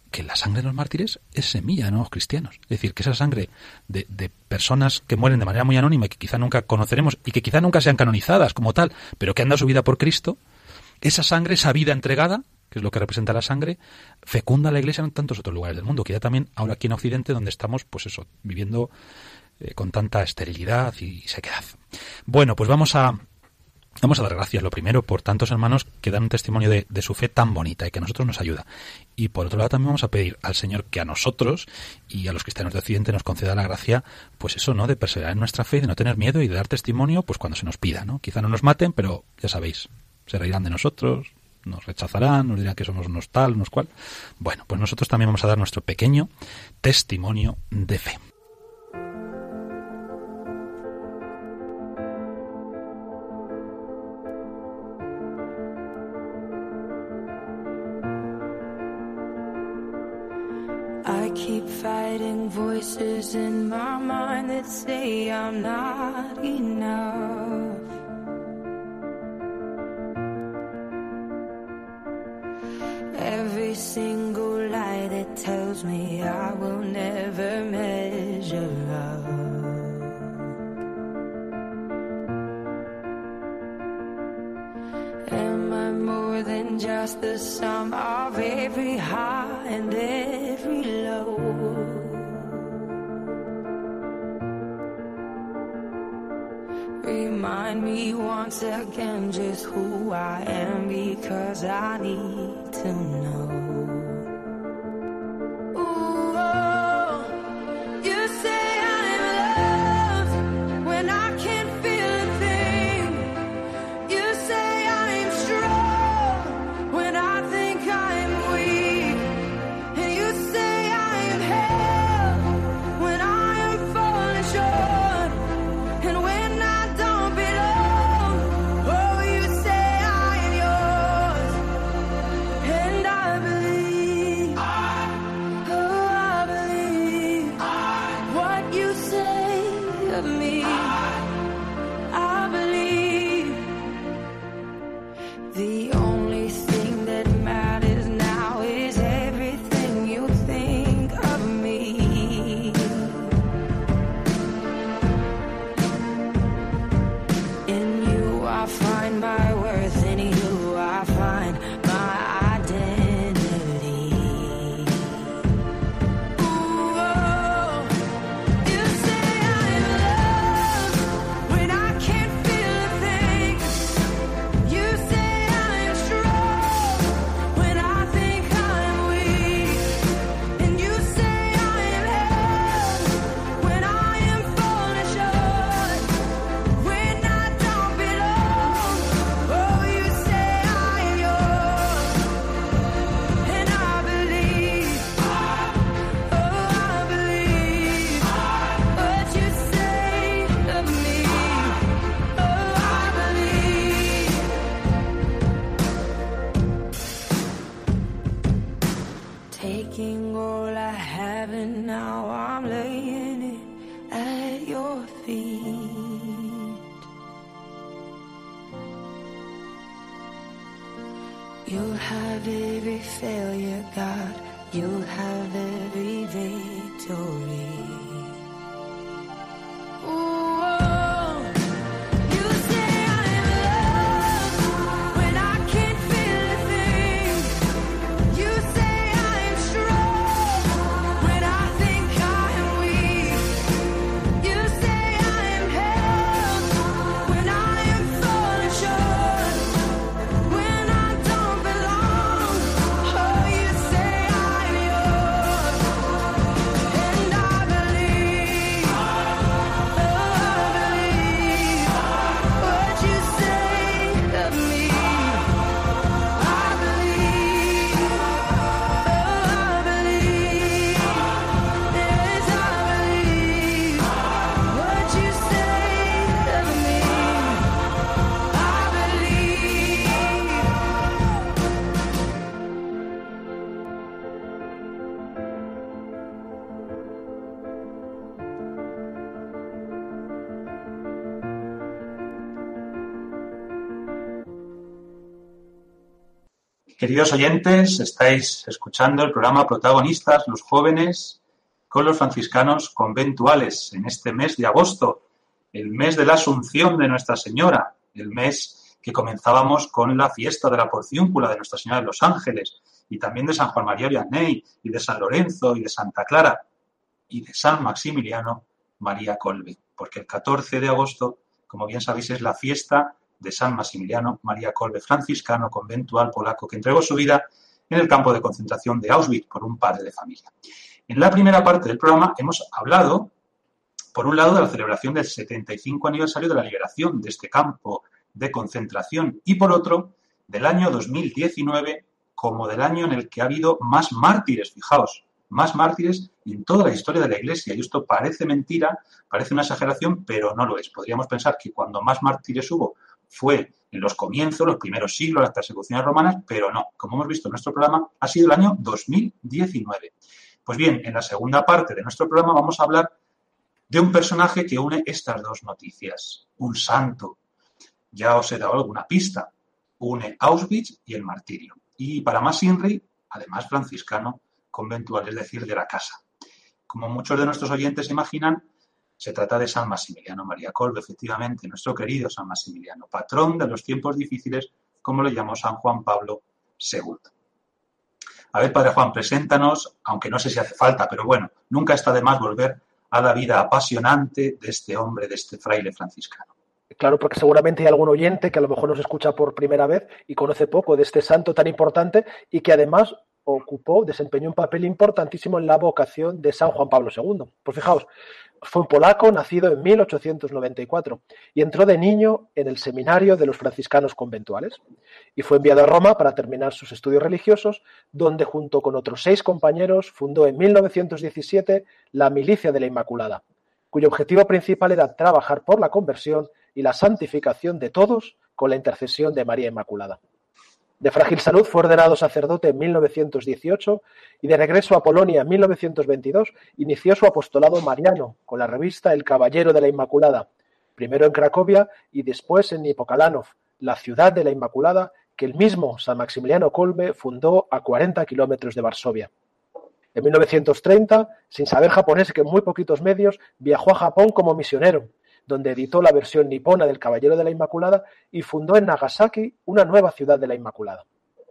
que la sangre de los mártires es semilla de nuevos cristianos. Es decir, que esa sangre de personas que mueren de manera muy anónima y que quizá nunca conoceremos y que quizá nunca sean canonizadas como tal, pero que han dado su vida por Cristo, esa sangre, esa vida entregada, que es lo que representa la sangre, fecunda a la Iglesia en tantos otros lugares del mundo, que ya también ahora aquí en Occidente, donde estamos, pues eso, viviendo con tanta esterilidad y sequedad. Bueno, pues vamos a dar gracias, lo primero, por tantos hermanos que dan un testimonio de su fe tan bonita y que a nosotros nos ayuda. Y por otro lado también vamos a pedir al Señor que a nosotros y a los cristianos de Occidente nos conceda la gracia, pues eso, ¿no?, de perseverar en nuestra fe, de no tener miedo y de dar testimonio pues cuando se nos pida, ¿no? Quizá no nos maten, pero ya sabéis, se reirán de nosotros, nos rechazarán, nos dirán que somos unos tal, unos cual. Bueno, pues nosotros también vamos a dar nuestro pequeño testimonio de fe. I keep fighting voices in my mind that say I'm not enough. Every single lie that tells me I will never measure up. Am I more than just the sum of every high and every low? Remind me once again just who I am, because I need to know. Ooh, oh, you say I'm loved when I can't feel a thing. You say I'm strong when I think I'm weak. And you say I'm held when I am falling short. And when I don't belong, oh, you say I am yours. And I believe, oh, I believe what you say of me. I believe the only thing that matters now is everything you think of me. In you I find my worth, in you I find my identity. Ooh, oh, you say I'm loved when I can't feel a thing. You say I'm strong when I think I'm weak. And you say I'm held when I am falling short. When I don't belong, oh, you say I am yours. And I believe, oh, I believe what you say of me. Oh, I believe. Taking all I have and now I'm laying it at your feet. You'll have every failure, God. You'll have every victory. Ooh, oh, you say I'm loved when I can't feel a thing. You say I'm strong when I think I'm weak. You say I'm held when I am falling short. When I don't belong, oh, you say I'm yours. And I believe. Queridos oyentes, estáis escuchando el programa Protagonistas, los jóvenes con los franciscanos conventuales en este mes de agosto, el mes de la Asunción de Nuestra Señora, el mes que comenzábamos con la fiesta de la Porciúncula de Nuestra Señora de los Ángeles y también de San Juan María Vianney y de San Lorenzo y de Santa Clara y de San Maximiliano María Kolbe, porque el 14 de agosto, como bien sabéis, es la fiesta de San Maximiliano María Kolbe, franciscano conventual polaco que entregó su vida en el campo de concentración de Auschwitz por un padre de familia. En la primera parte del programa hemos hablado, por un lado, de la celebración del 75 aniversario de la liberación de este campo de concentración y, por otro, del año 2019 como del año en el que ha habido más mártires, fijaos, más mártires en toda la historia de la Iglesia. Y esto parece mentira, parece una exageración, pero no lo es. Podríamos pensar que cuando más mártires hubo fue en los comienzos, los primeros siglos, las persecuciones romanas, pero no. Como hemos visto en nuestro programa, ha sido el año 2019. Pues bien, en la segunda parte de nuestro programa vamos a hablar de un personaje que une estas dos noticias. Un santo. Ya os he dado alguna pista. Une Auschwitz y el martirio. Y para más INRI, además franciscano conventual, es decir, de la casa. Como muchos de nuestros oyentes imaginan, se trata de San Maximiliano María Kolbe, efectivamente, nuestro querido San Maximiliano, patrón de los tiempos difíciles, como le llamó San Juan Pablo II. A ver, Padre Juan, preséntanos, aunque no sé si hace falta, pero bueno, nunca está de más volver a la vida apasionante de este hombre, de este fraile franciscano. Claro, porque seguramente hay algún oyente que a lo mejor nos escucha por primera vez y conoce poco de este santo tan importante y que además desempeñó un papel importantísimo en la vocación de San Juan Pablo II. Pues fijaos, fue un polaco nacido en 1894 y entró de niño en el seminario de los franciscanos conventuales y fue enviado a Roma para terminar sus estudios religiosos, donde junto con otros 6 compañeros fundó en 1917 la Milicia de la Inmaculada, cuyo objetivo principal era trabajar por la conversión y la santificación de todos con la intercesión de María Inmaculada. De frágil salud fue ordenado sacerdote en 1918 y de regreso a Polonia en 1922 inició su apostolado mariano con la revista El Caballero de la Inmaculada, primero en Cracovia y después en Niepokalanów, la ciudad de la Inmaculada que el mismo San Maximiliano Kolbe fundó a 40 kilómetros de Varsovia. En 1930, sin saber japonés que en muy poquitos medios, viajó a Japón como misionero, donde editó la versión nipona del Caballero de la Inmaculada y fundó en Nagasaki una nueva ciudad de la Inmaculada.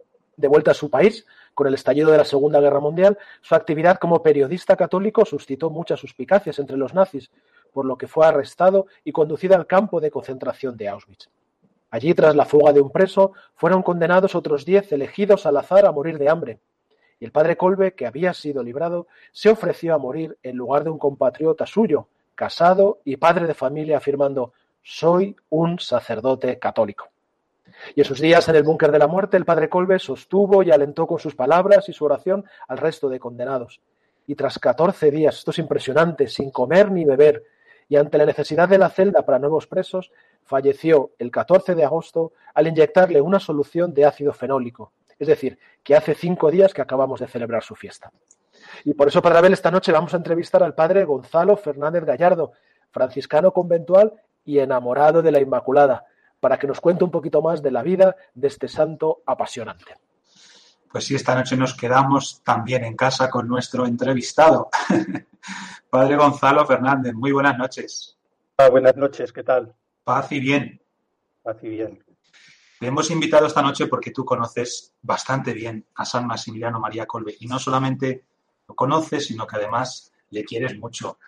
De vuelta a su país, con el estallido de la Segunda Guerra Mundial, su actividad como periodista católico suscitó muchas suspicacias entre los nazis, por lo que fue arrestado y conducido al campo de concentración de Auschwitz. Allí, tras la fuga de un preso, fueron condenados otros 10 elegidos al azar a morir de hambre. Y el padre Kolbe, que había sido librado, se ofreció a morir en lugar de un compatriota suyo, casado y padre de familia, afirmando: «Soy un sacerdote católico». Y en sus días en el búnker de la muerte, el padre Kolbe sostuvo y alentó con sus palabras y su oración al resto de condenados. Y tras 14 días, esto es impresionante, sin comer ni beber, y ante la necesidad de la celda para nuevos presos, falleció el 14 de agosto al inyectarle una solución de ácido fenólico. Es decir, que hace 5 días que acabamos de celebrar su fiesta. Y por eso, Padre Abel, esta noche vamos a entrevistar al padre Gonzalo Fernández Gallardo, franciscano conventual y enamorado de la Inmaculada, para que nos cuente un poquito más de la vida de este santo apasionante. Pues sí, esta noche nos quedamos también en casa con nuestro entrevistado. Padre Gonzalo Fernández, muy buenas noches. Buenas noches, ¿qué tal? Paz y bien. Paz y bien. Te hemos invitado esta noche porque tú conoces bastante bien a San Maximiliano María Kolbe y no solamente lo conoces, sino que además le quieres mucho.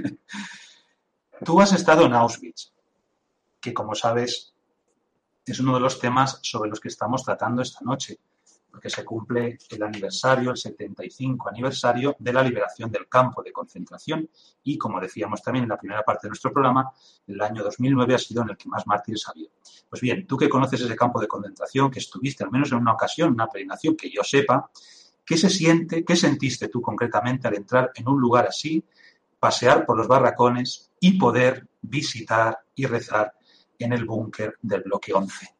Tú has estado en Auschwitz, que como sabes es uno de los temas sobre los que estamos tratando esta noche, porque se cumple el aniversario, el 75 aniversario de la liberación del campo de concentración y, como decíamos también en la primera parte de nuestro programa, el año 2009 ha sido en el que más mártires ha habido. Pues bien, tú que conoces ese campo de concentración, que estuviste al menos en una ocasión, una peregrinación, que yo sepa, ¿qué se siente, qué sentiste tú concretamente al entrar en un lugar así, pasear por los barracones y poder visitar y rezar en el búnker del bloque 11?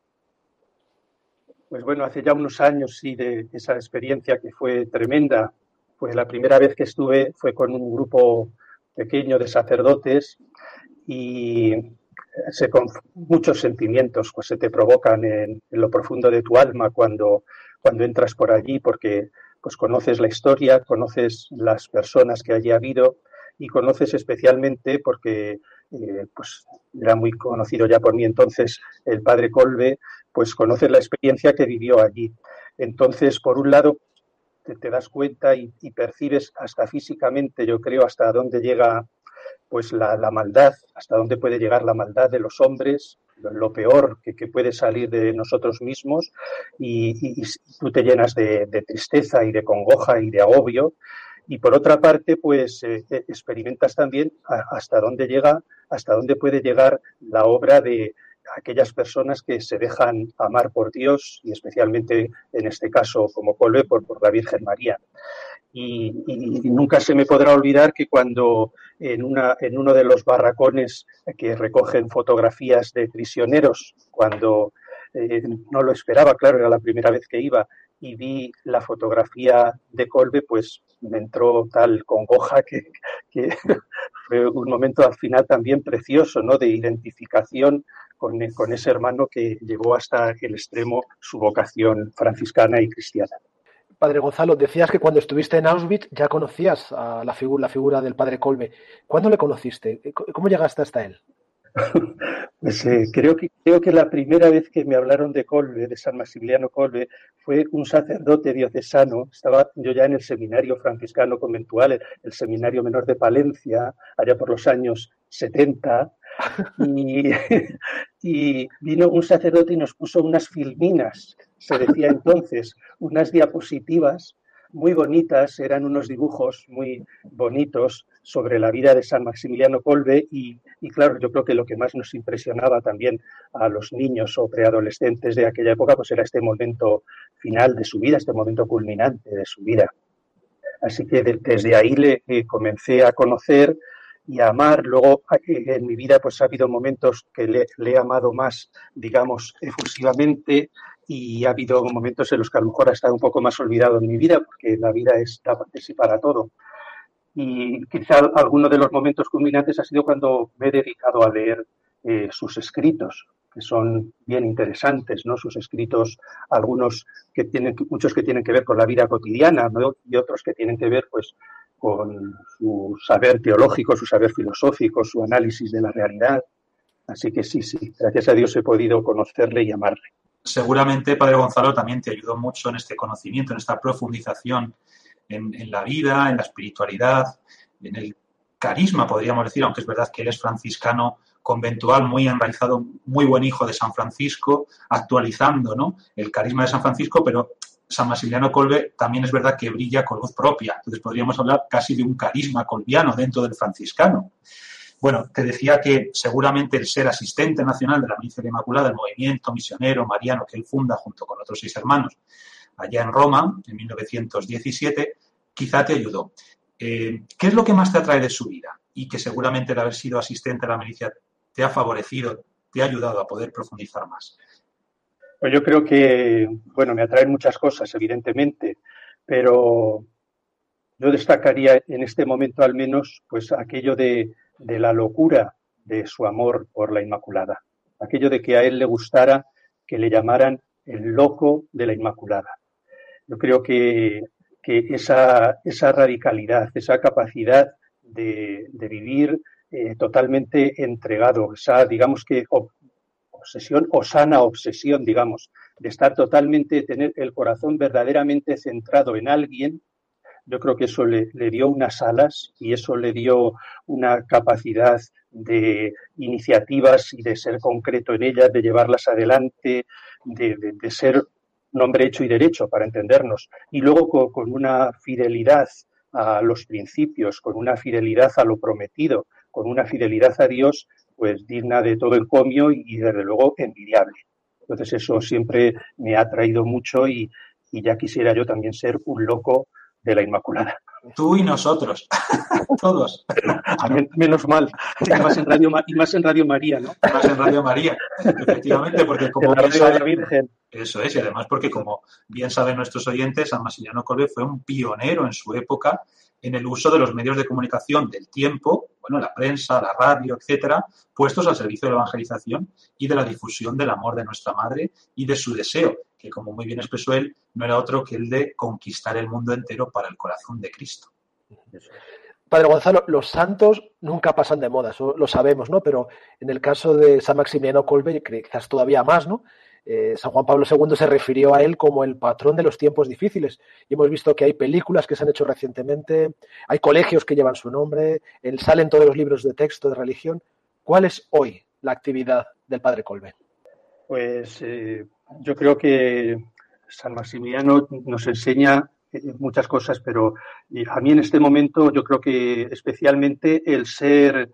Pues bueno, hace ya unos años sí de esa experiencia que fue tremenda. Pues la primera vez que estuve fue con un grupo pequeño de sacerdotes y muchos sentimientos pues se te provocan en lo profundo de tu alma cuando entras por allí, porque pues conoces la historia, conoces las personas que allí ha habido y conoces especialmente porque pues era muy conocido ya por mí entonces el padre Kolbe, pues conoces la experiencia que vivió allí. Entonces, por un lado, te das cuenta y percibes hasta físicamente, yo creo, hasta dónde llega pues la maldad, hasta dónde puede llegar la maldad de los hombres, lo peor que puede salir de nosotros mismos, y tú te llenas de tristeza y de congoja y de agobio. Y por otra parte, pues experimentas también hasta dónde puede llegar la obra de aquellas personas que se dejan amar por Dios y especialmente en este caso como Kolbe por la Virgen María. Y nunca se me podrá olvidar que cuando en uno de los barracones que recogen fotografías de prisioneros, cuando no lo esperaba, claro, era la primera vez que iba, y vi la fotografía de Kolbe, pues me entró tal congoja que fue un momento al final también precioso, ¿no?, de identificación con ese hermano que llevó hasta el extremo su vocación franciscana y cristiana. Padre Gonzalo, decías que cuando estuviste en Auschwitz ya conocías a la figura del padre Kolbe. ¿Cuándo le conociste? ¿Cómo llegaste hasta él? Pues creo que la primera vez que me hablaron de Kolbe, de San Maximiliano Kolbe, fue un sacerdote diocesano. Estaba yo ya en el seminario franciscano conventual, el seminario menor de Palencia, allá por los años 70, y vino un sacerdote y nos puso unas filminas, se decía entonces, unas diapositivas muy bonitas, eran unos dibujos muy bonitos sobre la vida de San Maximiliano Kolbe y claro, yo creo que lo que más nos impresionaba también a los niños o preadolescentes de aquella época pues era este momento final de su vida, este momento culminante de su vida. Así que desde ahí le comencé a conocer y a amar. Luego en mi vida pues ha habido momentos que le he amado más, digamos, efusivamente, y ha habido momentos en los que a lo mejor ha estado un poco más olvidado en mi vida, porque la vida es y para todo. Y quizá alguno de los momentos culminantes ha sido cuando me he dedicado a leer sus escritos, que son bien interesantes, ¿no? Sus escritos, muchos que tienen que ver con la vida cotidiana, ¿no?, y otros que tienen que ver, pues, con su saber teológico, su saber filosófico, su análisis de la realidad. Así que sí, gracias a Dios he podido conocerle y amarle. Seguramente, Padre Gonzalo, también te ayudó mucho en este conocimiento, en esta profundización en la vida, en la espiritualidad, en el carisma, podríamos decir, aunque es verdad que él es franciscano conventual, muy enraizado, muy buen hijo de San Francisco, actualizando, ¿no?, el carisma de San Francisco, pero San Maximiliano Kolbe también es verdad que brilla con luz propia. Entonces podríamos hablar casi de un carisma kolbiano dentro del franciscano. Bueno, te decía que seguramente el ser asistente nacional de la Milicia Inmaculada, el movimiento misionero mariano que él funda junto con otros 6 hermanos allá en Roma, en 1917, quizá te ayudó. ¿Qué es lo que más te atrae de su vida? Y que seguramente el haber sido asistente a la milicia te ha favorecido, te ha ayudado a poder profundizar más. Pues yo creo que, bueno, me atraen muchas cosas, evidentemente, pero yo destacaría en este momento al menos pues aquello de la locura de su amor por la Inmaculada, aquello de que a él le gustara que le llamaran el loco de la Inmaculada. Yo creo que esa radicalidad, esa capacidad de vivir totalmente entregado, esa, digamos que obsesión o sana obsesión, digamos, de estar totalmente, tener el corazón verdaderamente centrado en alguien, yo creo que eso le dio unas alas y eso le dio una capacidad de iniciativas y de ser concreto en ellas, de llevarlas adelante, de ser un hombre hecho y derecho, para entendernos. Y luego con una fidelidad a los principios, con una fidelidad a lo prometido, con una fidelidad a Dios, pues digna de todo encomio y desde luego envidiable. Entonces eso siempre me ha atraído mucho y ya quisiera yo también ser un loco de la Inmaculada. Tú y nosotros, todos. Menos mal, y más en Radio María, ¿no? Más en Radio María, efectivamente, porque como bien sabe, la Virgen. Eso es, y además porque como bien saben nuestros oyentes, San Maximiliano Kolbe fue un pionero en su época en el uso de los medios de comunicación del tiempo, bueno, la prensa, la radio, etcétera, puestos al servicio de la evangelización y de la difusión del amor de nuestra Madre y de su deseo, que como muy bien expresó él, no era otro que el de conquistar el mundo entero para el corazón de Cristo. Padre Gonzalo, los santos nunca pasan de moda, eso lo sabemos, ¿no? Pero en el caso de San Maximiliano Kolbe, quizás todavía más, ¿no? San Juan Pablo II se refirió a él como el patrón de los tiempos difíciles. Y hemos visto que hay películas que se han hecho recientemente, hay colegios que llevan su nombre, salen todos los libros de texto de religión. ¿Cuál es hoy la actividad del Padre Kolbe? Pues yo creo que San Maximiliano nos enseña muchas cosas, pero a mí en este momento yo creo que especialmente el ser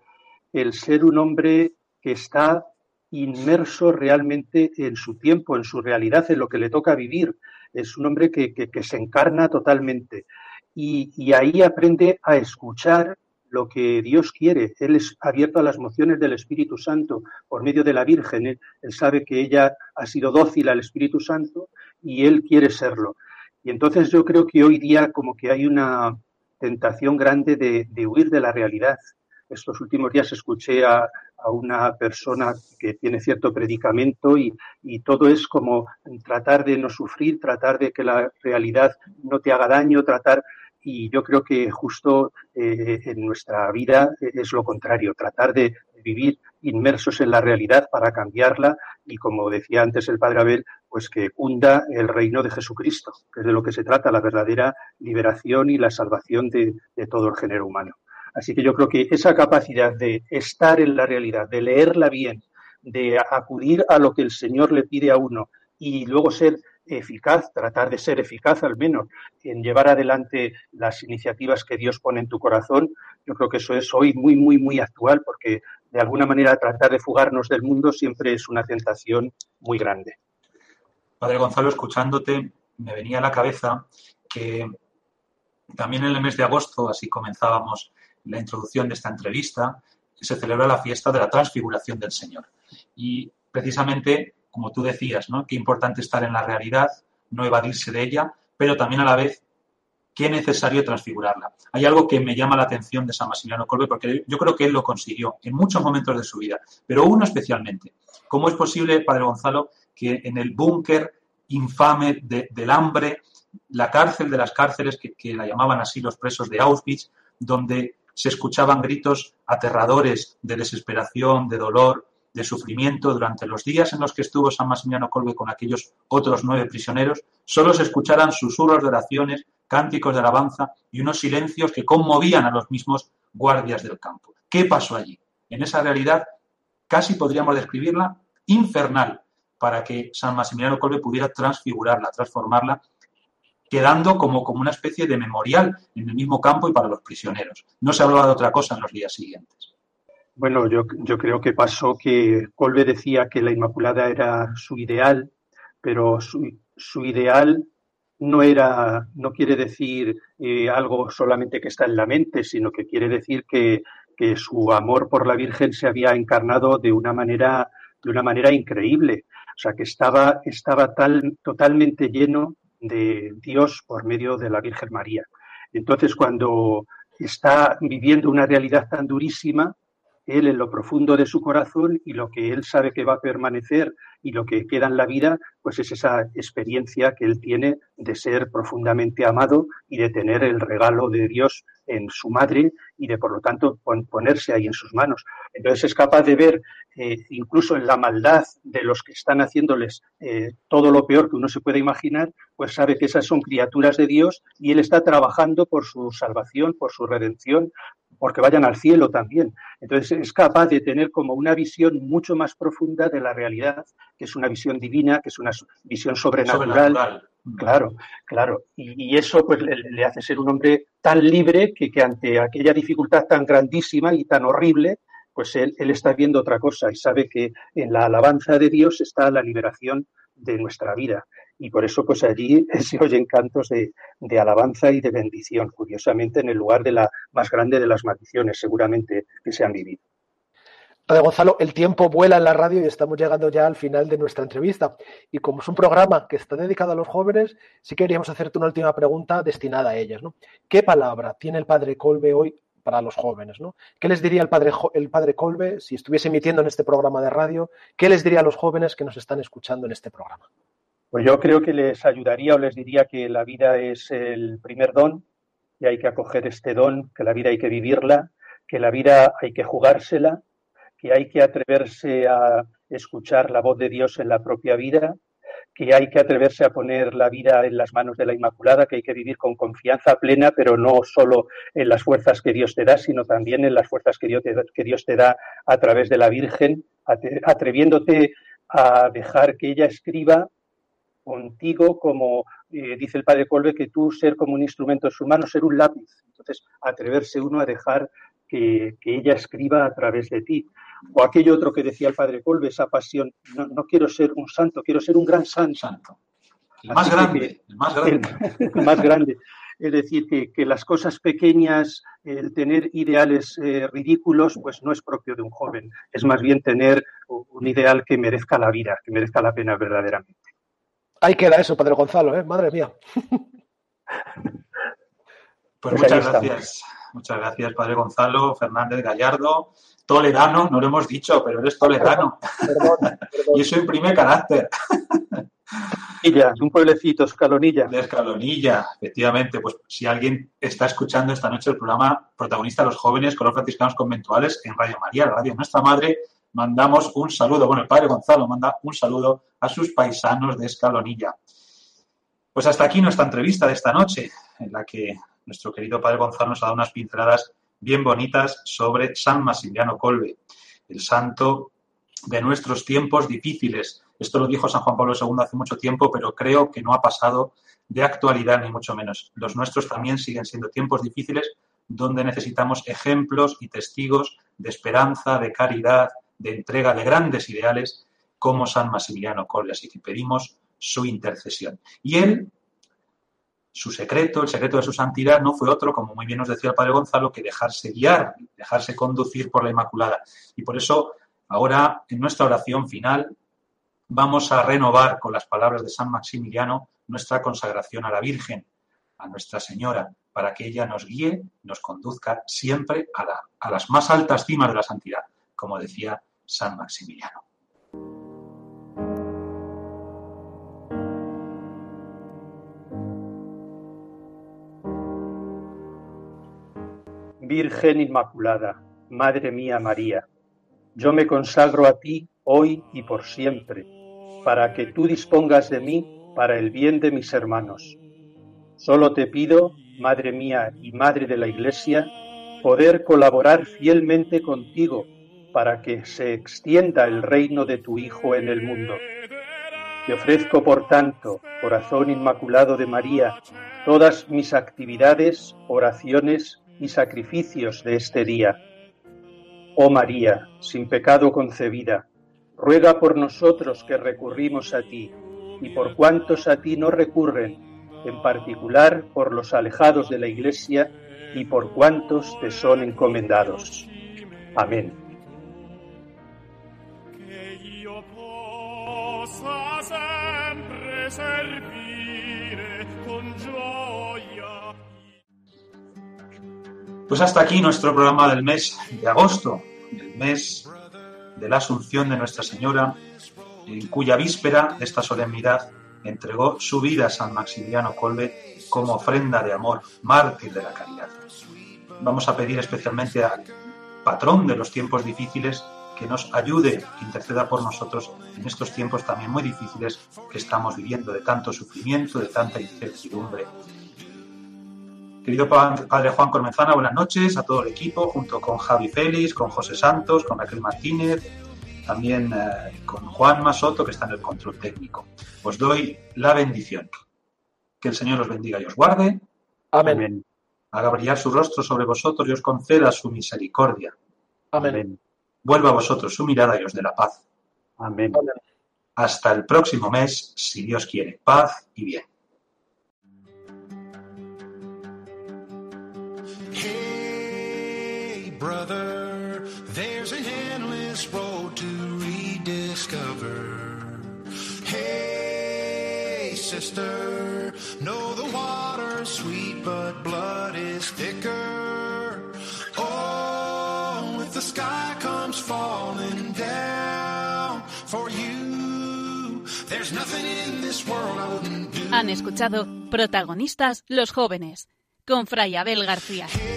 un hombre que está inmerso realmente en su tiempo, en su realidad, en lo que le toca vivir. Es un hombre que se encarna totalmente y ahí aprende a escuchar lo que Dios quiere. Él es abierto a las mociones del Espíritu Santo por medio de la Virgen. Él sabe que ella ha sido dócil al Espíritu Santo y él quiere serlo. Y entonces yo creo que hoy día como que hay una tentación grande de huir de la realidad. Estos últimos días escuché a una persona que tiene cierto predicamento y todo es como tratar de no sufrir, tratar de que la realidad no te haga daño, y yo creo que justo en nuestra vida es lo contrario, tratar de vivir inmersos en la realidad para cambiarla y, como decía antes el Padre Abel, pues que cunda el reino de Jesucristo, que es de lo que se trata, la verdadera liberación y la salvación de todo el género humano. Así que yo creo que esa capacidad de estar en la realidad, de leerla bien, de acudir a lo que el Señor le pide a uno y luego ser eficaz, tratar de ser eficaz al menos en llevar adelante las iniciativas que Dios pone en tu corazón, yo creo que eso es hoy muy, muy, muy actual, porque de alguna manera tratar de fugarnos del mundo siempre es una tentación muy grande. Padre Gonzalo, escuchándote, me venía a la cabeza que también en el mes de agosto, así comenzábamos la introducción de esta entrevista, se celebra la fiesta de la transfiguración del Señor. Y precisamente, como tú decías, ¿no? Qué importante estar en la realidad, no evadirse de ella, pero también a la vez qué necesario transfigurarla. Hay algo que me llama la atención de San Maximiliano Kolbe, porque yo creo que él lo consiguió en muchos momentos de su vida, pero uno especialmente. ¿Cómo es posible, Padre Gonzalo, que en el búnker infame del hambre, la cárcel de las cárceles, que la llamaban así los presos de Auschwitz, donde se escuchaban gritos aterradores de desesperación, de dolor, de sufrimiento, durante los días en los que estuvo San Maximiliano Kolbe con aquellos otros 9 prisioneros, solo se escucharan susurros de oraciones, cánticos de alabanza y unos silencios que conmovían a los mismos guardias del campo? ¿Qué pasó allí? En esa realidad casi podríamos describirla infernal, para que San Maximiliano Kolbe pudiera transfigurarla, transformarla, quedando como una especie de memorial en el mismo campo y para los prisioneros. No se hablaba de otra cosa en los días siguientes. Bueno, yo creo que pasó que Kolbe decía que la Inmaculada era su ideal, pero su ideal no quiere decir algo solamente que está en la mente, sino que quiere decir que su amor por la Virgen se había encarnado de una manera increíble. O sea, que estaba totalmente lleno de Dios por medio de la Virgen María. Entonces, cuando está viviendo una realidad tan durísima, él en lo profundo de su corazón y lo que él sabe que va a permanecer y lo que queda en la vida, pues es esa experiencia que él tiene de ser profundamente amado y de tener el regalo de Dios en su madre y de, por lo tanto, ponerse ahí en sus manos. Entonces es capaz de ver, incluso en la maldad de los que están haciéndoles todo lo peor que uno se puede imaginar, pues sabe que esas son criaturas de Dios y él está trabajando por su salvación, por su redención, porque vayan al cielo también. Entonces es capaz de tener como una visión mucho más profunda de la realidad, que es una visión divina, que es una visión sobrenatural. Claro. Y eso pues le hace ser un hombre tan libre que ante aquella dificultad tan grandísima y tan horrible, pues él está viendo otra cosa y sabe que en la alabanza de Dios está la liberación de nuestra vida. y por eso pues allí se oyen cantos de alabanza y de bendición, curiosamente en el lugar de la más grande de las maldiciones seguramente que se han vivido. Padre Gonzalo, el tiempo vuela en la radio y estamos llegando ya al final de nuestra entrevista. Y como es un programa que está dedicado a los jóvenes, sí queríamos hacerte una última pregunta destinada a ellas, ¿no? ¿Qué palabra tiene el padre Kolbe hoy para los jóvenes, ¿no? ¿Qué les diría el padre Kolbe si estuviese emitiendo en este programa de radio? ¿Qué les diría a los jóvenes que nos están escuchando en este programa? Pues yo creo que les ayudaría o les diría que la vida es el primer don y hay que acoger este don, que la vida hay que vivirla, que la vida hay que jugársela, que hay que atreverse a escuchar la voz de Dios en la propia vida, que hay que atreverse a poner la vida en las manos de la Inmaculada, que hay que vivir con confianza plena, pero no solo en las fuerzas que Dios te da, sino también en las fuerzas que Dios te da a través de la Virgen, atreviéndote a dejar que ella escriba contigo, como dice el padre Kolbe, que tú ser como un instrumento en su mano, ser un lápiz. Entonces, atreverse uno a dejar que ella escriba a través de ti. O aquello otro que decía el padre Kolbe, esa pasión, no quiero ser un santo, quiero ser un gran santo. El más grande. El más grande. Es decir, que las cosas pequeñas, el tener ideales ridículos, pues no es propio de un joven. Es más bien tener un ideal que merezca la vida, que merezca la pena verdaderamente. Ahí queda eso, padre Gonzalo, madre mía. Pues muchas gracias. Muchas gracias, padre Gonzalo Fernández Gallardo. Toledano, no lo hemos dicho, pero eres toledano. Perdón. Y eso imprime carácter. Un pueblecito, Escalonilla. De Escalonilla, efectivamente. Pues si alguien está escuchando esta noche el programa Protagonista de los Jóvenes con los franciscanos conventuales en Radio María, la radio de nuestra madre, mandamos un saludo. Bueno, el padre Gonzalo manda un saludo a sus paisanos de Escalonilla. Pues hasta aquí nuestra entrevista de esta noche, en la que nuestro querido padre Gonzalo nos ha dado unas pinceladas bien bonitas sobre San Maximiliano Kolbe, el santo de nuestros tiempos difíciles. Esto lo dijo San Juan Pablo II hace mucho tiempo, pero creo que no ha pasado de actualidad, ni mucho menos. Los nuestros también siguen siendo tiempos difíciles donde necesitamos ejemplos y testigos de esperanza, de caridad, de entrega, de grandes ideales como San Maximiliano Kolbe. Así que pedimos su intercesión. Y él, su secreto, el secreto de su santidad, no fue otro, como muy bien nos decía el padre Gonzalo, que dejarse guiar, dejarse conducir por la Inmaculada. Y por eso, ahora, en nuestra oración final, vamos a renovar con las palabras de San Maximiliano nuestra consagración a la Virgen, a Nuestra Señora, para que ella nos guíe, nos conduzca siempre a las más altas cimas de la santidad, como decía San Maximiliano. Virgen Inmaculada, Madre mía María, yo me consagro a ti hoy y por siempre, para que tú dispongas de mí para el bien de mis hermanos. Solo te pido, Madre mía y Madre de la Iglesia, poder colaborar fielmente contigo para que se extienda el reino de tu Hijo en el mundo. Te ofrezco, por tanto, corazón inmaculado de María, todas mis actividades, oraciones y sacrificios de este día. Oh María, sin pecado concebida, ruega por nosotros que recurrimos a ti, y por cuantos a ti no recurren, en particular por los alejados de la Iglesia y por cuantos te son encomendados. Amén. Pues hasta aquí nuestro programa del mes de agosto, el mes de la Asunción de Nuestra Señora, en cuya víspera de esta solemnidad entregó su vida a San Maximiliano Kolbe como ofrenda de amor, mártir de la caridad. Vamos a pedir especialmente al patrón de los tiempos difíciles que nos ayude, que interceda por nosotros en estos tiempos también muy difíciles que estamos viviendo, de tanto sufrimiento, de tanta incertidumbre. Querido padre Juan Cormenzana, buenas noches a todo el equipo, junto con Javi Félix, con José Santos, con Raquel Martínez, también con Juan Masoto, que está en el control técnico. Os doy la bendición. Que el Señor os bendiga y os guarde. Amén. Haga brillar su rostro sobre vosotros y os conceda su misericordia. Amén. Vuelva a vosotros su mirada y os dé la paz. Amén. Hasta el próximo mes, si Dios quiere. Paz y bien. Hey, brother, there's an endless road to rediscover. Hey, sister, know the water's sweet, but blood is thicker. Oh, if the sky comes falling down for you, there's nothing in this world I wouldn't do. Han escuchado Protagonistas los jóvenes, con Fray Abel García.